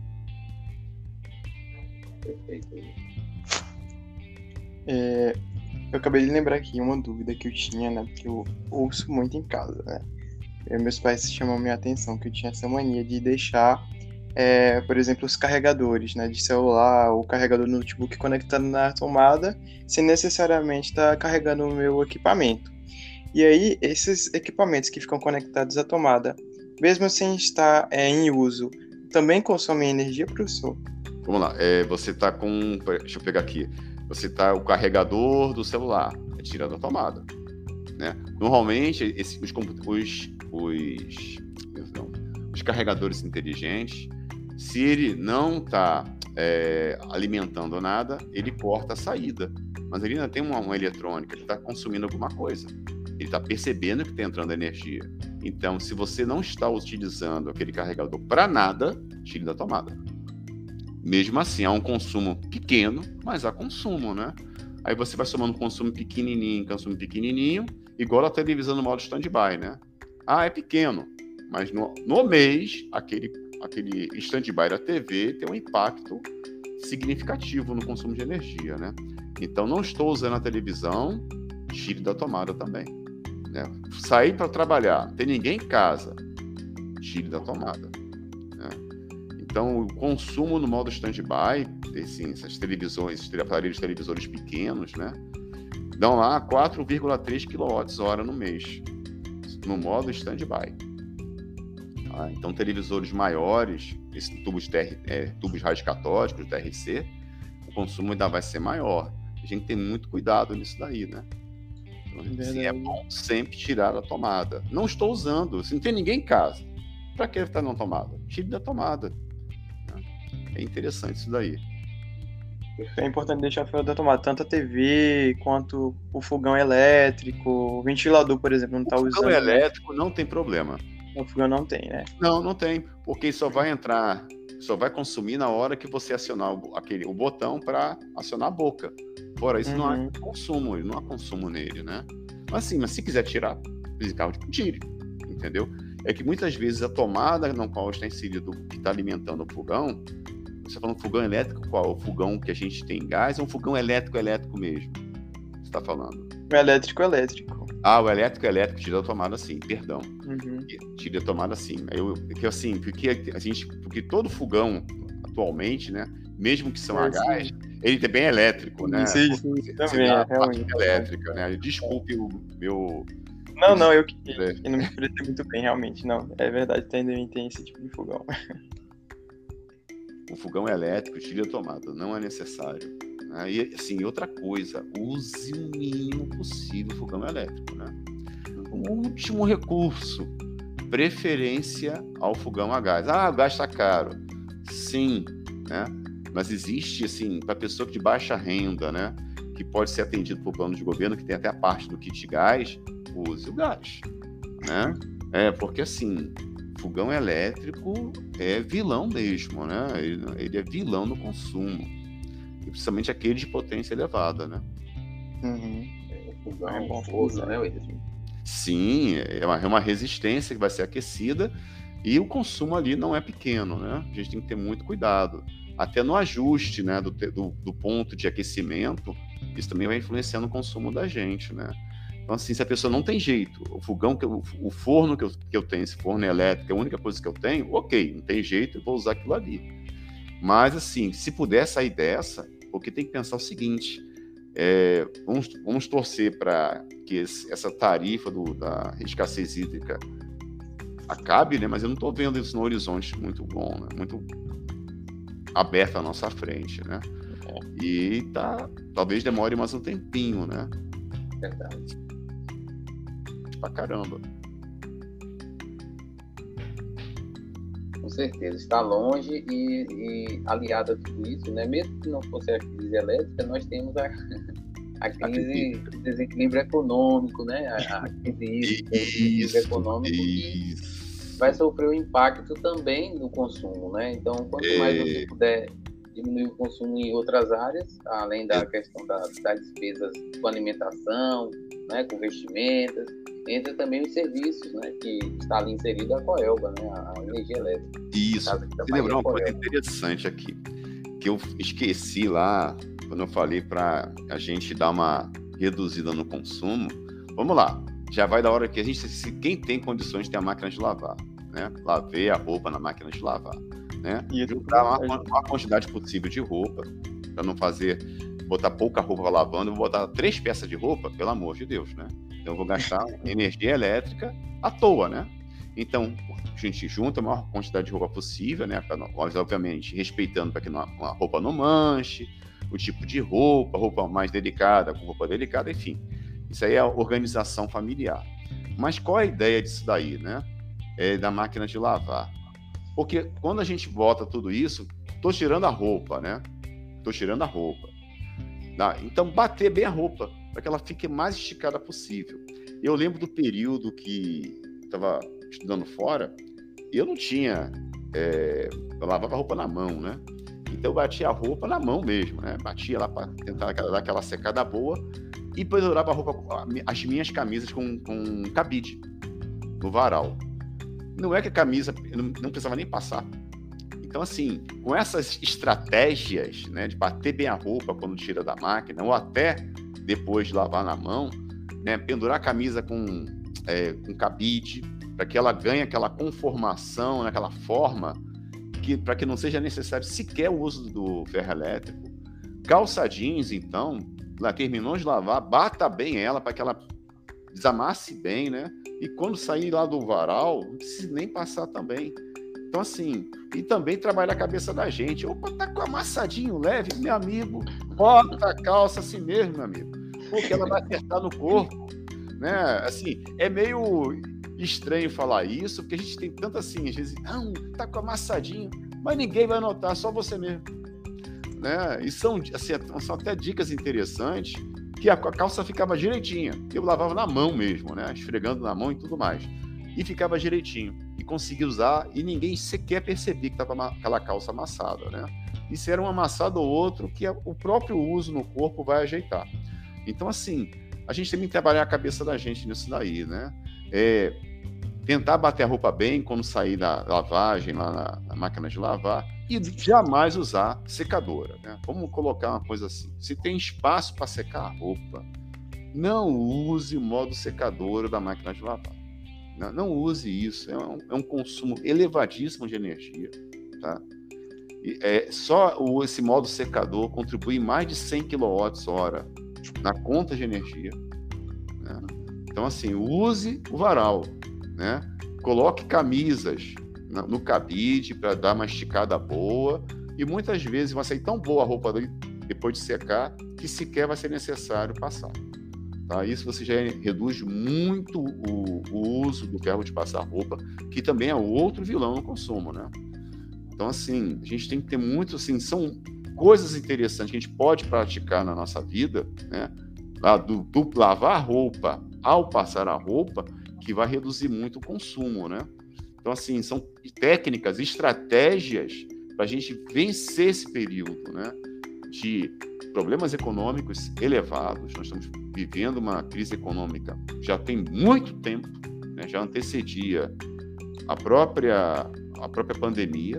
Perfeito. Eu acabei de lembrar aqui uma dúvida que eu tinha, né? Porque eu ouço muito em casa, né? Meus pais chamam minha atenção que eu tinha essa mania de deixar, por exemplo, os carregadores, né, de celular, o carregador do notebook conectado na tomada, sem necessariamente estar carregando o meu equipamento. E aí, esses equipamentos que ficam conectados à tomada, mesmo sem estar em uso, também consomem energia, professor? Vamos lá, você está com... Deixa eu pegar aqui. Você está o carregador do celular, tira da tomada, né? Normalmente, os carregadores inteligentes, se ele não está alimentando nada, ele corta a saída. Mas ele ainda tem uma eletrônica, ele está consumindo alguma coisa. Ele está percebendo que está entrando energia. Então, se você não está utilizando aquele carregador para nada, tire da tomada. Mesmo assim, há um consumo pequeno, mas há consumo, né? Aí você vai somando consumo pequenininho, igual a televisão no modo stand-by, né? É pequeno, mas no mês, aquele stand-by da TV tem um impacto significativo no consumo de energia, né? Então, não estou usando a televisão, tire da tomada também, né? Sair para trabalhar, tem ninguém em casa, tire da tomada, né? Então, o consumo no modo stand-by, assim, essas televisões, esses aparelhos televisores pequenos, né, dão lá 4,3 kWh no mês, no modo stand-by. Então, televisores maiores, esses tubos radiocatódicos, TRC, o consumo ainda vai ser maior. A gente tem muito cuidado nisso daí, né? Então, assim, é bom sempre tirar da tomada. Não estou usando, se não tem ninguém em casa, para que ele está na tomada? Tire da tomada. É interessante isso daí. É importante deixar fora da tomada, tanto a TV quanto o fogão elétrico, o ventilador, por exemplo, não está usando. O fogão elétrico não tem problema. O fogão não tem, né? Não tem, porque só vai consumir na hora que você acionar o botão para acionar a boca. Fora isso, não há consumo nele, né? Mas se quiser tirar, tire, entendeu? É que muitas vezes a tomada na qual está inserido, que está alimentando o fogão, você falando fogão elétrico, qual? O fogão que a gente tem gás ou um fogão elétrico mesmo? Você está falando? O elétrico. O elétrico, tira a tomada sim, perdão. Tira a tomada sim. Porque todo fogão, atualmente, né, mesmo que são a gás, ele também é elétrico, né? Sim, também é realmente. Elétrica, né? Desculpe o meu... Não, eu não me expressei muito bem, realmente, não. É verdade, também tem esse tipo de fogão. O fogão elétrico, tire a tomada, não é necessário. E assim, outra coisa, use o mínimo possível o fogão elétrico, né? O último recurso, preferência ao fogão a gás. O gás está caro. Sim, né? Mas existe, assim, para pessoa de baixa renda, né? Que pode ser atendido por plano de governo, que tem até a parte do kit gás, use o gás, né? Porque assim, fogão elétrico é vilão mesmo, né? Ele é vilão no consumo, e principalmente aquele de potência elevada, né? O fogão é bom fogo, né, Wilson? Sim, é uma resistência que vai ser aquecida, e o consumo ali não é pequeno, né? A gente tem que ter muito cuidado, até no ajuste, né, do ponto de aquecimento. Isso também vai influenciar no consumo da gente, né? Então, assim, se a pessoa não tem jeito, o forno que eu tenho, esse forno elétrico, é a única coisa que eu tenho, ok, não tem jeito, eu vou usar aquilo ali. Mas, assim, se puder sair dessa, porque tem que pensar o seguinte, vamos torcer para que essa tarifa da escassez hídrica acabe, né? Mas eu não estou vendo isso no horizonte muito bom, né? Muito aberto à nossa frente, né? E talvez demore mais um tempinho, né? Verdade. Pra caramba. Com certeza, está longe e aliado a tudo isso, né? Mesmo que não fosse a crise elétrica, nós temos a crise de desequilíbrio econômico, né? A crise de desequilíbrio econômico que vai sofrer o impacto também no consumo, né? Então, quanto mais você puder diminuir o consumo em outras áreas, além da questão das despesas com alimentação, né, com vestimentas, entra também os serviços, né, que está ali inserido a Coelba, né, a energia elétrica. Isso. Você lembrou uma coisa interessante aqui, que eu esqueci lá, quando eu falei para a gente dar uma reduzida no consumo. Vamos lá, já vai da hora que a gente, quem tem condições de ter a máquina de lavar, né? Lavei a roupa na máquina de lavar, né? Juntar uma quantidade possível de roupa, para não botar pouca roupa lavando, eu vou botar 3 peças de roupa, pelo amor de Deus, né? Então eu vou gastar energia elétrica à toa, né? Então, a gente junta a maior quantidade de roupa possível, né? Mas, obviamente, respeitando para que a roupa não manche, o tipo de roupa mais delicada, com roupa delicada, enfim. Isso aí é a organização familiar. Mas qual é a ideia disso daí, né? Da máquina de lavar. Porque quando a gente bota tudo isso, tô tirando a roupa, né? Tô tirando a roupa. Então, bater bem a roupa, para que ela fique mais esticada possível. Eu lembro do período que estava estudando fora, eu não tinha... eu lavava a roupa na mão, né? Então, eu batia a roupa na mão mesmo, né? Batia lá para tentar dar aquela secada boa e pendurava a roupa, as minhas camisas com cabide no varal. Não é que a camisa não precisava nem passar. Então, assim, com essas estratégias, né, de bater bem a roupa quando tira da máquina, ou até depois de lavar na mão, né, pendurar a camisa com cabide, para que ela ganhe aquela conformação, né, aquela forma, para que não seja necessário sequer o uso do ferro elétrico. Calça jeans, então, lá terminou de lavar, bata bem ela para que ela desamasse bem, né? E quando sair lá do varal, não precisa nem passar também. Então, assim, e também trabalhar a cabeça da gente. Opa, tá com amassadinho leve, meu amigo, bota a calça assim mesmo, meu amigo, porque ela vai apertar no corpo, né? Assim, é meio estranho falar isso, porque a gente tem tanto assim, às vezes, não, tá com amassadinho, mas ninguém vai notar, só você mesmo, né? E são até dicas interessantes, que a calça ficava direitinha, eu lavava na mão mesmo, né? Esfregando na mão e tudo mais, e ficava direitinho, e conseguia usar, e ninguém sequer percebia que estava aquela calça amassada, né? Isso era um amassado ou outro que o próprio uso no corpo vai ajeitar. Então, assim, a gente tem que trabalhar a cabeça da gente nisso daí, né? Tentar bater a roupa bem quando sair da lavagem lá na máquina de lavar e jamais usar secadora, né? Vamos colocar uma coisa assim, se tem espaço para secar a roupa, não use o modo secadora da máquina de lavar, não use isso, é um consumo elevadíssimo de energia, tá? Só esse modo secador contribui mais de 100 kWh na conta de energia, né? Então, assim, use o varal, né? Coloque camisas no cabide para dar uma esticada boa, e muitas vezes vai sair tão boa a roupa depois de secar que sequer vai ser necessário passar, tá? Isso você já reduz muito o uso do ferro de passar roupa, que também é outro vilão no consumo, né? Então, assim, a gente tem que ter muito, assim, são coisas interessantes que a gente pode praticar na nossa vida, né? Do lavar a roupa ao passar a roupa, que vai reduzir muito o consumo, né? Então, assim, são técnicas, estratégias para a gente vencer esse período, né, de problemas econômicos elevados. Nós estamos vivendo uma crise econômica já tem muito tempo, né, já antecedia a própria pandemia,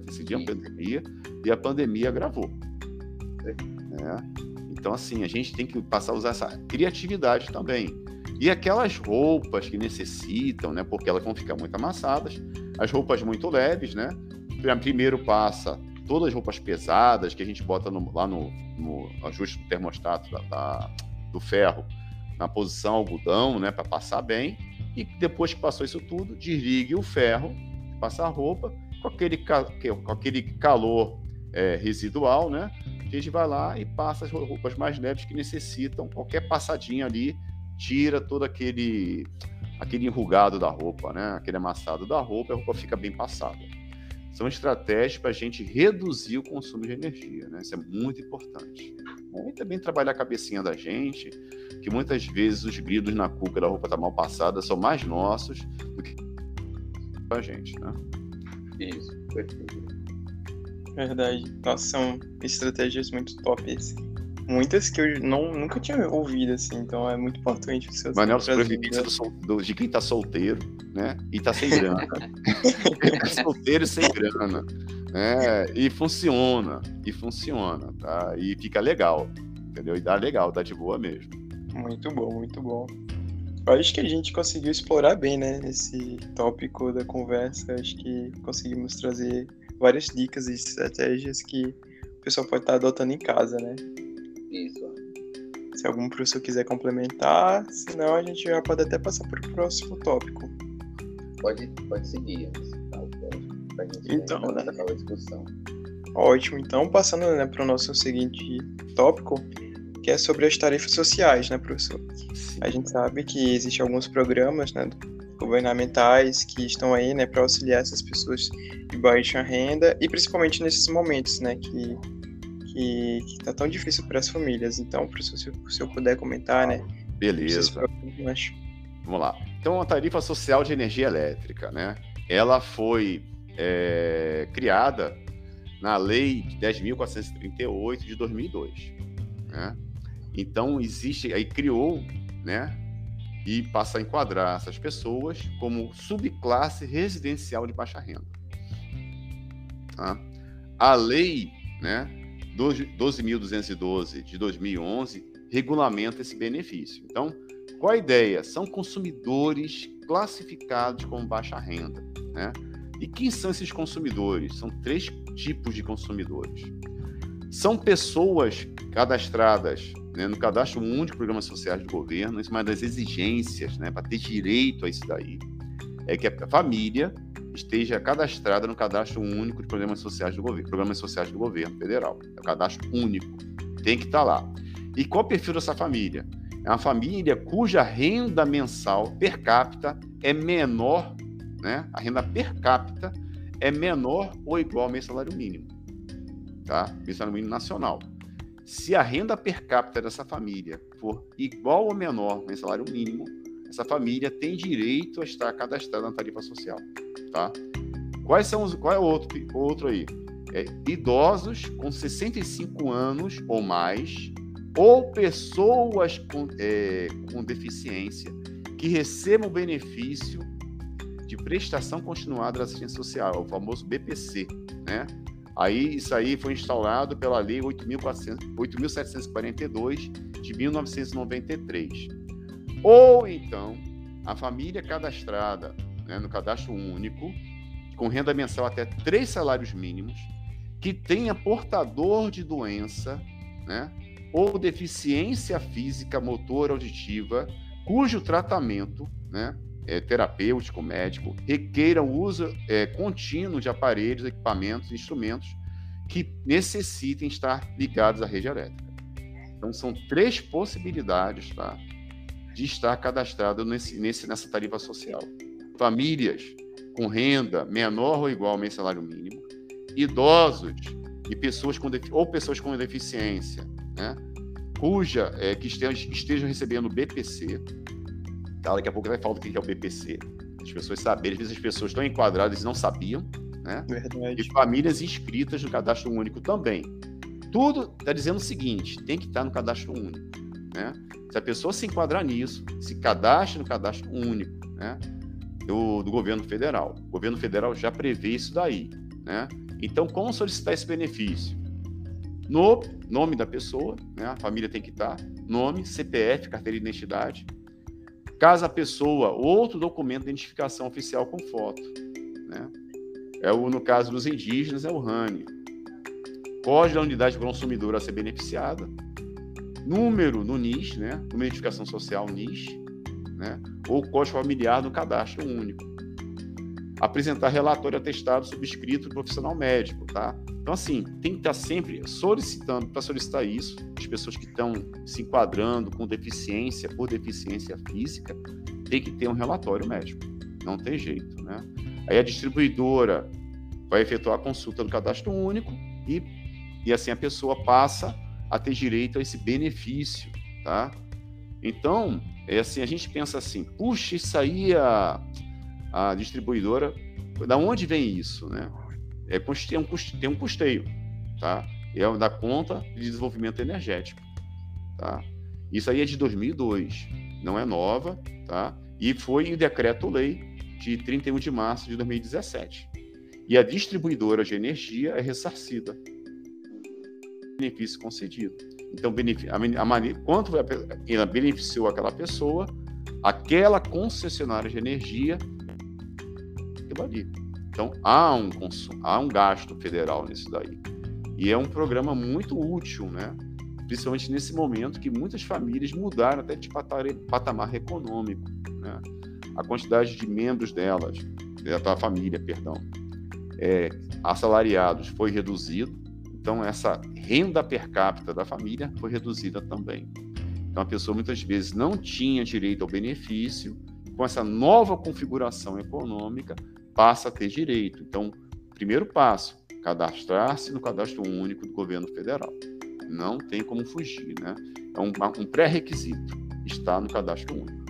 e a pandemia agravou, né? Então, assim, a gente tem que passar a usar essa criatividade também. E aquelas roupas que necessitam, né, porque elas vão ficar muito amassadas, as roupas muito leves, né? Primeiro passa todas as roupas pesadas que a gente bota lá no ajuste do termostato do ferro, na posição algodão, né, para passar bem. E depois que passou isso tudo, desligue o ferro, passa a roupa com aquele calor residual, né? A gente vai lá e passa as roupas mais leves que necessitam, qualquer passadinha ali tira todo aquele enrugado da roupa, né? Aquele amassado da roupa, a roupa fica bem passada. São estratégias para a gente reduzir o consumo de energia, né? Isso é muito importante. E também trabalhar a cabecinha da gente, que muitas vezes os grilos na cuca da roupa tá mal passada são mais nossos do que a gente, né? Isso, perfeito. Verdade. Nossa, são estratégias muito top esse. Muitas que eu nunca tinha ouvido, assim, então é muito importante o seu. Mas não é sobrevivência de quem tá solteiro, né? E tá sem grana. É solteiro e sem grana, né? E funciona, tá? E fica legal, entendeu? E dá legal, dá de boa mesmo. Muito bom, muito bom. Eu acho que a gente conseguiu explorar bem, né, esse tópico da conversa. Acho que conseguimos trazer várias dicas e estratégias que o pessoal pode estar adotando em casa, né? Isso. Se algum professor quiser complementar, senão a gente já pode até passar para o próximo tópico. Pode seguir, tá? Pra gente Então, né? acabar a discussão. Ótimo. Então, passando, né, para o nosso seguinte tópico, que é sobre as tarefas sociais, né, professor? Sim. A gente sabe que existem alguns programas, né, governamentais que estão aí, né, para auxiliar essas pessoas de baixa renda e principalmente nesses momentos, né, que tá tão difícil para as famílias. Então, professor, se eu puder comentar, né, esses Beleza. programas. Vamos lá. Então, a tarifa social de energia elétrica, né? Ela foi criada na Lei 10.438 de 2002, né? Então, aí criou, né? E passa a enquadrar essas pessoas como subclasse residencial de baixa renda. Tá? A lei, né, 12.212 de 2011 regulamenta esse benefício. Então, qual a ideia? São consumidores classificados como baixa renda, né? E quem são esses consumidores? São 3 tipos de consumidores. São pessoas cadastradas, né, no Cadastro Único de Programas Sociais do Governo. Isso é uma das exigências, né, para ter direito a isso daí, é que a família esteja cadastrada no Cadastro Único de Programas Sociais do Governo Federal. É o Cadastro Único. Tem que estar lá. E qual é o perfil dessa família? É uma família cuja renda mensal per capita é menor, né? A renda per capita é menor ou igual ao mês salário mínimo, tá? Mês salário mínimo nacional. Se a renda per capita dessa família for igual ou menor ao mês salário mínimo, essa família tem direito a estar cadastrada na tarifa social, tá? Qual é o outro aí? Idosos com 65 anos ou mais, ou pessoas com deficiência que recebam benefício de prestação continuada da assistência social, o famoso BPC, né? Isso aí foi instaurado pela Lei 8.742 de 1993. Ou então, a família cadastrada, né, no Cadastro Único, com renda mensal até 3 salários mínimos, que tenha portador de doença, né, ou deficiência física, motor, auditiva, cujo tratamento, né, terapêutico, médico, requeira o uso contínuo de aparelhos, equipamentos e instrumentos que necessitem estar ligados à rede elétrica. Então, são 3 possibilidades, tá, de estar cadastrado nessa tarifa social. Famílias com renda menor ou igual ao mês salário mínimo, idosos e pessoas com deficiência, né, que estejam recebendo BPC. Tá? Daqui a pouco vai falar do que é o BPC. As pessoas saberem, às vezes as pessoas estão enquadradas e não sabiam, né? Verdade. E famílias inscritas no Cadastro Único também. Tudo está dizendo o seguinte: tem que estar no Cadastro Único, né? Se a pessoa se enquadrar nisso, se cadastre no Cadastro Único, né, do Governo Federal. O Governo Federal já prevê isso daí, né? Então, como solicitar esse benefício? No nome da pessoa, né? A família tem que estar, nome, CPF, carteira de identidade. Caso a pessoa, outro documento de identificação oficial com foto, né? No caso dos indígenas, é o RANI. Código da unidade consumidora a ser beneficiada. Número no NIS, né? Número de identificação social NIS, né? Ou código familiar no Cadastro Único. Apresentar relatório atestado subscrito do profissional médico, tá? Então, assim, tem que estar sempre solicitando, para solicitar isso, as pessoas que estão se enquadrando com deficiência, por deficiência física, tem que ter um relatório médico. Não tem jeito, né? Aí a distribuidora vai efetuar a consulta do Cadastro Único e assim a pessoa passa a ter direito a esse benefício, tá? Então, assim, a gente pensa assim, puxa, isso aí a distribuidora, da onde vem isso, né? Tem um custeio, tá? É da conta de desenvolvimento energético, tá? Isso aí é de 2002, não é nova, tá? E foi em decreto-lei de 31 de março de 2017. E a distribuidora de energia é ressarcida. Benefício concedido. Então, quanto ela beneficiou aquela pessoa, aquela concessionária de energia, aquilo ali. Então, há um gasto federal nisso daí. E é um programa muito útil, né? Principalmente nesse momento que muitas famílias mudaram até de patamar econômico, né? A quantidade de membros delas, da família, perdão, assalariados foi reduzido, então essa renda per capita da família foi reduzida também. Então a pessoa muitas vezes não tinha direito ao benefício, com essa nova configuração econômica passa a ter direito. Então, primeiro passo, cadastrar-se no cadastro único do governo federal. Não tem como fugir, né? É um pré-requisito estar no cadastro único.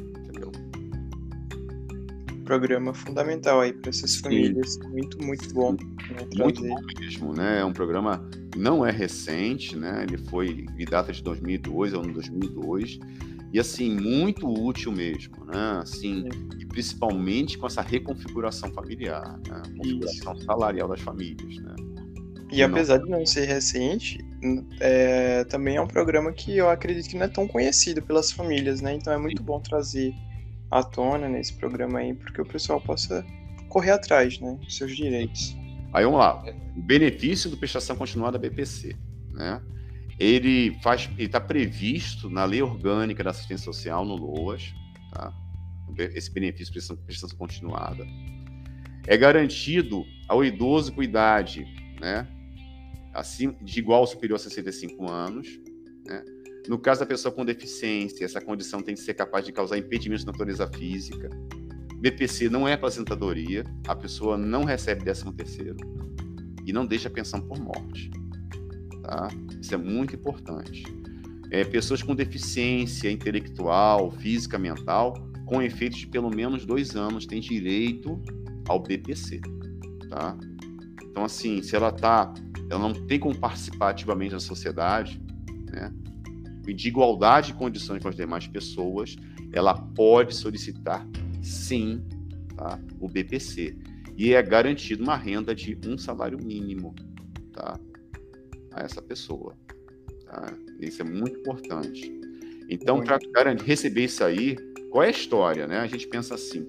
Programa fundamental aí para essas famílias. Muito, muito bom. Né, muito bom mesmo, né? É um programa, não é recente, né? Ele data de 2002, é ano 2002. E, assim, muito útil mesmo, né? Assim, e principalmente com essa reconfiguração familiar, né? Configuração salarial das famílias, né? E apesar de não ser recente, também é um programa que eu acredito que não é tão conhecido pelas famílias, né? Então é muito bom trazer à tona nesse programa aí, porque o pessoal possa correr atrás, né, dos seus direitos. Aí vamos lá, o benefício do prestação continuada BPC, né? Ele está previsto na Lei Orgânica da Assistência Social, no LOAS, tá? Esse benefício de prestação continuada é garantido ao idoso com idade, né, assim, de igual ou superior a 65 anos, né? No caso da pessoa com deficiência, essa condição tem que ser capaz de causar impedimento de natureza física. BPC não é aposentadoria, a pessoa não recebe 13º e não deixa pensão por morte. Tá? Isso é muito importante. Pessoas com deficiência intelectual, física, mental, com efeitos de pelo menos 2 anos, têm direito ao BPC. Tá? Então, assim, se ela não tem como participar ativamente da sociedade, né, de igualdade de condições com as demais pessoas, ela pode solicitar, sim, tá, o BPC. E é garantido uma renda de 1 salário mínimo, tá, a essa pessoa. Tá? Isso é muito importante. Então, para receber isso aí, qual é a história? Né? A gente pensa assim,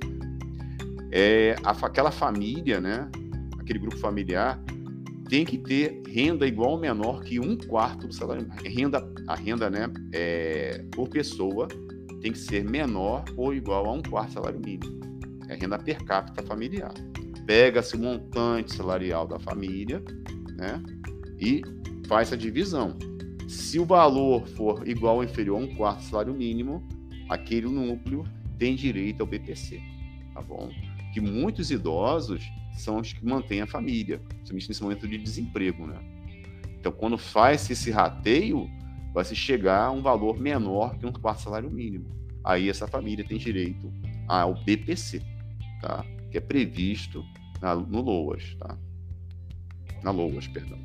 aquela família, né, aquele grupo familiar, tem que ter renda igual ou menor que 1/4 do salário mínimo. A renda, né, por pessoa tem que ser menor ou igual a 1/4 do salário mínimo. É renda per capita familiar. Pega-se o montante salarial da família, né, e faz a divisão. Se o valor for igual ou inferior a 1/4 do salário mínimo, aquele núcleo tem direito ao BPC, tá bom? Que muitos idosos são os que mantêm a família, principalmente nesse momento de desemprego, né? Então, quando faz esse rateio, vai se chegar a um valor menor que 1/4 salário mínimo. Aí essa família tem direito ao BPC, tá? Que é previsto no LOAS, tá? Na LOAS, perdão.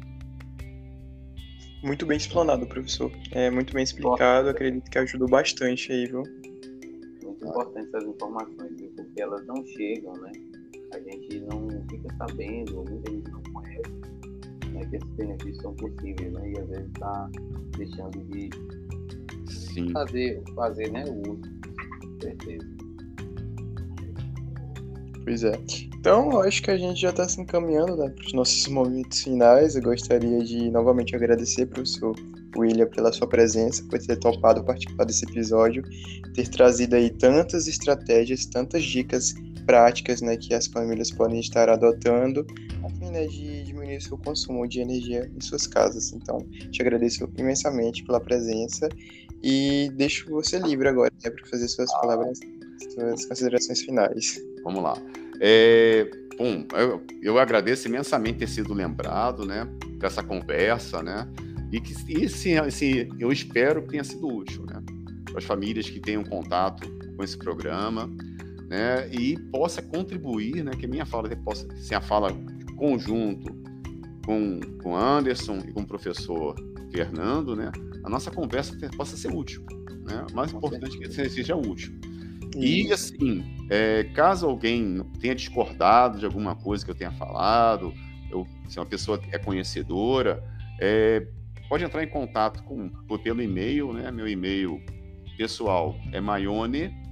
Muito bem explanado, professor. Muito bem explicado, acredito que ajudou bastante aí, viu? Muito importante essas informações, porque elas não chegam, né? A gente não fica sabendo, muita gente não conhece, né, que esses benefícios são possíveis, né? E às vezes está deixando de fazer, né, o uso, com certeza. Pois é. Então, eu acho que a gente já está se encaminhando, né, para os nossos momentos finais. Eu gostaria de novamente agradecer, professor William, pela sua presença, por ter topado participar desse episódio, ter trazido aí tantas estratégias, tantas dicas práticas, né, que as famílias podem estar adotando a fim, né, de diminuir o seu consumo de energia em suas casas. Então, te agradeço imensamente pela presença e deixo você livre agora, né, para fazer suas palavras, suas considerações finais. Vamos lá. Eu agradeço imensamente ter sido lembrado, né, para essa conversa, né, e sim, eu espero que tenha sido útil, né, para as famílias que tenham contato com esse programa, né, e possa contribuir, né, que a minha fala possa ser a fala conjunto com Anderson e com o professor Fernando, né, a nossa conversa possa ser útil, né, o mais importante é que seja útil. E assim, caso alguém tenha discordado de alguma coisa que eu tenha falado, se uma pessoa é conhecedora, pode entrar em contato pelo e-mail, né, meu e-mail pessoal é maione,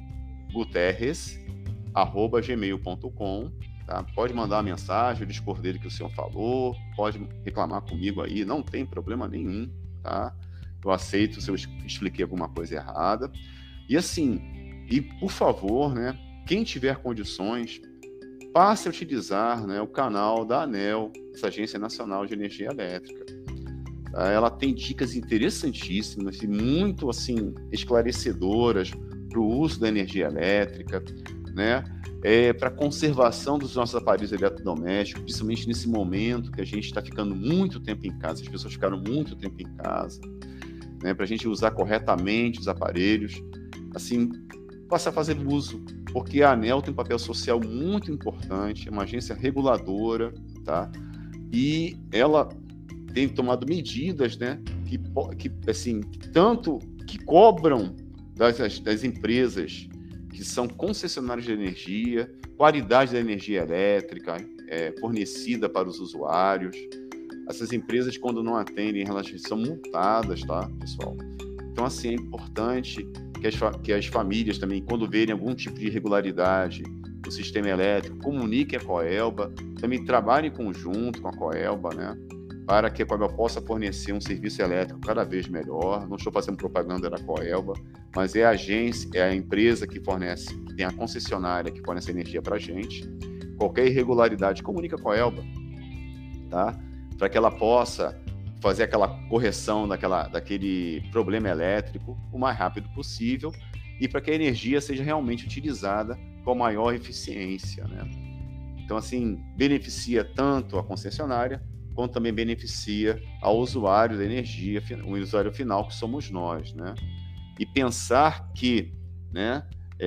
guterres@gmail.com, tá? Pode mandar uma mensagem, eu discordei do que o senhor falou, pode reclamar comigo aí, não tem problema nenhum, tá? Eu aceito se eu expliquei alguma coisa errada. E assim, por favor, né, quem tiver condições, passe a utilizar, né, o canal da ANEEL, essa Agência Nacional de Energia Elétrica. Ela tem dicas interessantíssimas e muito assim esclarecedoras para o uso da energia elétrica, né? Para a conservação dos nossos aparelhos eletrodomésticos, principalmente nesse momento que a gente está ficando muito tempo em casa, as pessoas ficaram muito tempo em casa, né? Para a gente usar corretamente os aparelhos, assim, passar a fazer uso, porque a ANEEL tem um papel social muito importante, é uma agência reguladora, tá? E ela tem tomado medidas, né, que assim, tanto que cobram das empresas que são concessionárias de energia, qualidade da energia elétrica fornecida para os usuários. Essas empresas, quando não atendem, elas são multadas, tá, pessoal? Então, assim, é importante que as famílias também, quando verem algum tipo de irregularidade no sistema elétrico, comuniquem a Coelba, também trabalhem em conjunto com a Coelba, né, para que a Coelba possa fornecer um serviço elétrico cada vez melhor. Não estou fazendo propaganda da Coelba, mas é a agência, é a empresa que fornece, que tem a concessionária que fornece energia para a gente. Qualquer irregularidade, comunica a Coelba, tá? Para que ela possa fazer aquela correção daquele problema elétrico o mais rápido possível e para que a energia seja realmente utilizada com maior eficiência, né? Então, assim, beneficia tanto a concessionária, quanto também beneficia ao usuário da energia, o usuário final, que somos nós, né? E pensar que, né,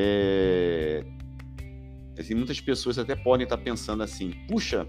assim, muitas pessoas até podem estar pensando assim, puxa,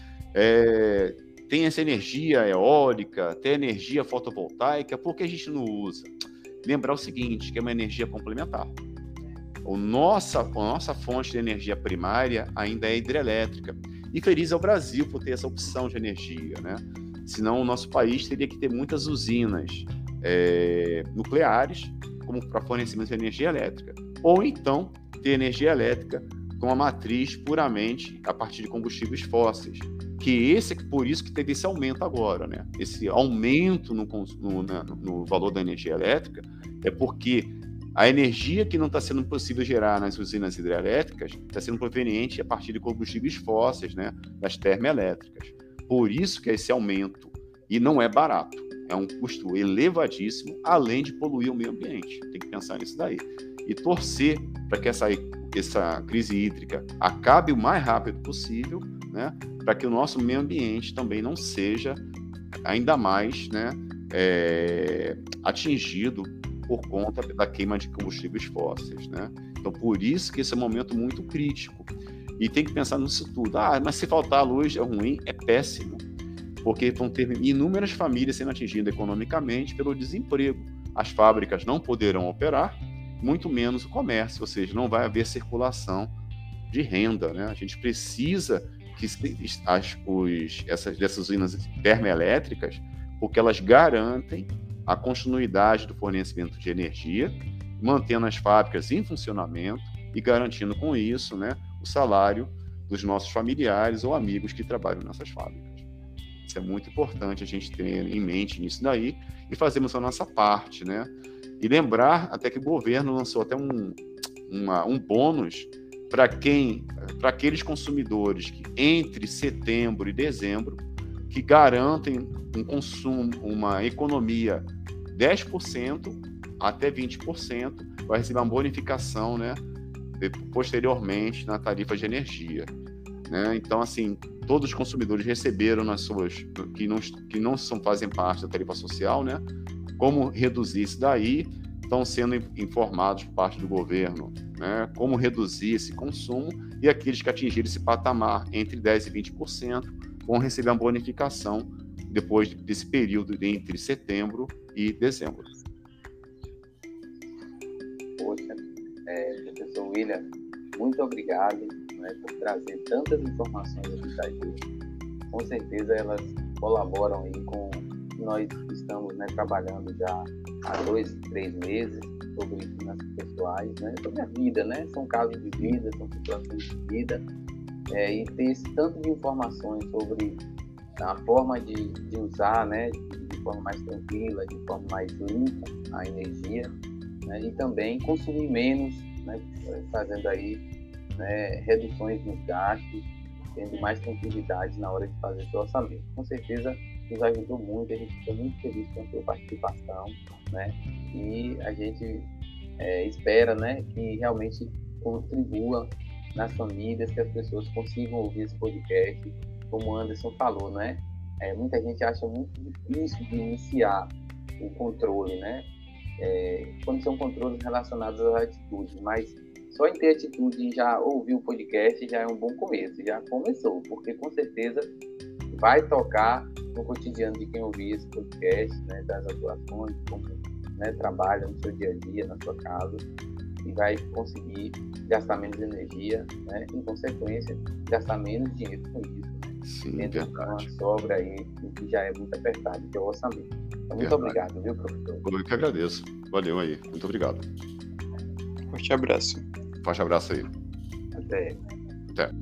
tem essa energia eólica, tem energia fotovoltaica, por que a gente não usa? Lembrar o seguinte, que é uma energia complementar. A nossa fonte de energia primária ainda é hidrelétrica. E feliz é o Brasil por ter essa opção de energia, né? Senão o nosso país teria que ter muitas usinas nucleares como para fornecimento de energia elétrica. Ou então ter energia elétrica com a matriz puramente a partir de combustíveis fósseis. Por isso que teve esse aumento agora, né? Esse aumento no valor da energia elétrica é porque a energia que não está sendo possível gerar nas usinas hidrelétricas está sendo proveniente a partir de combustíveis fósseis, né, das termoelétricas. Por isso que é esse aumento. E não é barato. É um custo elevadíssimo, além de poluir o meio ambiente. Tem que pensar nisso daí. E torcer para que essa crise hídrica acabe o mais rápido possível, né, para que o nosso meio ambiente também não seja ainda mais, né, atingido por conta da queima de combustíveis fósseis, né? Então, por isso que esse é um momento muito crítico. E tem que pensar nisso tudo. Mas se faltar luz é ruim, é péssimo. Porque vão ter inúmeras famílias sendo atingidas economicamente pelo desemprego. As fábricas não poderão operar, muito menos o comércio, ou seja, não vai haver circulação de renda, né? A gente precisa que dessas usinas termoelétricas, porque elas garantem a continuidade do fornecimento de energia, mantendo as fábricas em funcionamento e garantindo com isso, né, o salário dos nossos familiares ou amigos que trabalham nessas fábricas. Isso é muito importante a gente ter em mente nisso daí e fazermos a nossa parte, né? E lembrar até que o governo lançou até um bônus para aqueles consumidores que entre setembro e dezembro que garantem um consumo, uma economia 10% até 20%, vai receber uma bonificação, né, posteriormente na tarifa de energia, né? Então, assim, todos os consumidores receberam nas suas que não fazem parte da tarifa social, né, como reduzir isso daí, estão sendo informados por parte do governo, né, como reduzir esse consumo, e aqueles que atingirem esse patamar entre 10% e 20% vão receber uma bonificação depois desse período entre setembro e dezembro. Poxa, professor William, muito obrigado, né, por trazer tantas informações aqui. Com certeza elas colaboram aí com nós estamos, né, trabalhando já há 2, 3 meses sobre finanças pessoais, né, sobre a vida, né? São casos de vida, são situações de vida, e ter esse tanto de informações sobre a forma de usar, né, de forma mais tranquila, de forma mais limpa a energia, né, e também consumir menos, né, fazendo aí, né, reduções nos gastos, tendo mais tranquilidade na hora de fazer seu orçamento. Com certeza nos ajudou muito, a gente fica muito feliz com a sua participação, né, e a gente espera, né, que realmente contribua nas famílias, que as pessoas consigam ouvir esse podcast, como o Anderson falou, né? Muita gente acha muito difícil de iniciar o controle, né? Quando são controles relacionados às atitudes, mas só em ter atitude e já ouvir o podcast já é um bom começo, já começou, porque com certeza vai tocar no cotidiano de quem ouvir esse podcast, né? Das atuações, como, né, trabalha no seu dia a dia, na sua casa, e vai conseguir gastar menos energia, né? Em consequência, gastar menos dinheiro com isso, né? Sim, tendo uma sobra aí que já é muito apertado, que é o orçamento. Então, muito obrigado, viu, professor? Eu que agradeço. Valeu aí. Muito obrigado. Forte abraço. Forte abraço aí. Até. Até.